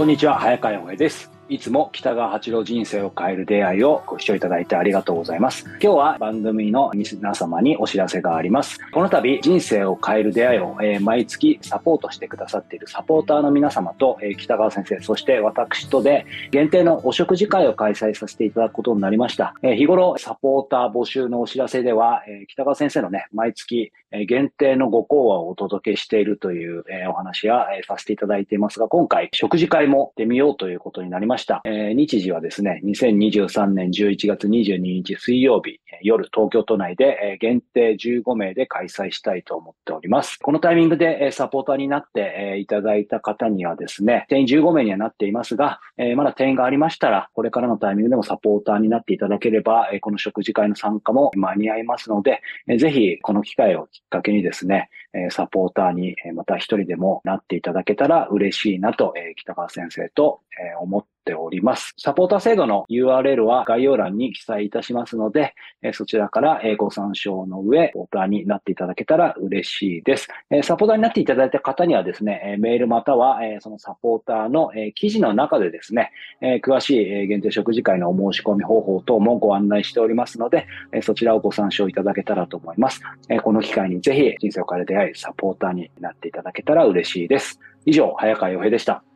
こんにちは、早川洋平です。いつも北川八郎人生を変える出会いをご視聴いただいてありがとうございます。今日は番組の皆様にお知らせがあります。この度、人生を変える出会いを毎月サポートしてくださっているサポーターの皆様と北川先生、そして私とで限定のお食事会を開催させていただくことになりました。日頃サポーター募集のお知らせでは北川先生のね、毎月限定のご講話をお届けしているというお話はさせていただいていますが、今回食事会もしてみようということになりました。日時はですね、2023年11月22日水曜日夜東京都内で限定15名で開催したいと思っております。このタイミングでサポーターになっていただいた方にはですね、定員15名にはなっていますが、まだ定員がありましたら、これからのタイミングでもサポーターになっていただければ、この食事会の参加も間に合いますので、ぜひこの機会をきっかけにですね、サポーターにまた一人でもなっていただけたら嬉しいなと、北川先生と思っております。サポーター制度の URL は概要欄に記載いたしますので、そちらからご参照の上、サポーターになっていただけたら嬉しいです。サポーターになっていただいた方にはですね、メールまたはそのサポーターの記事の中でですね、詳しい限定食事会のお申し込み方法等もご案内しておりますので、そちらをご参照いただけたらと思います。この機会にぜひ人生を変える出会い、サポーターになっていただけたら嬉しいです。以上、早川洋平でした。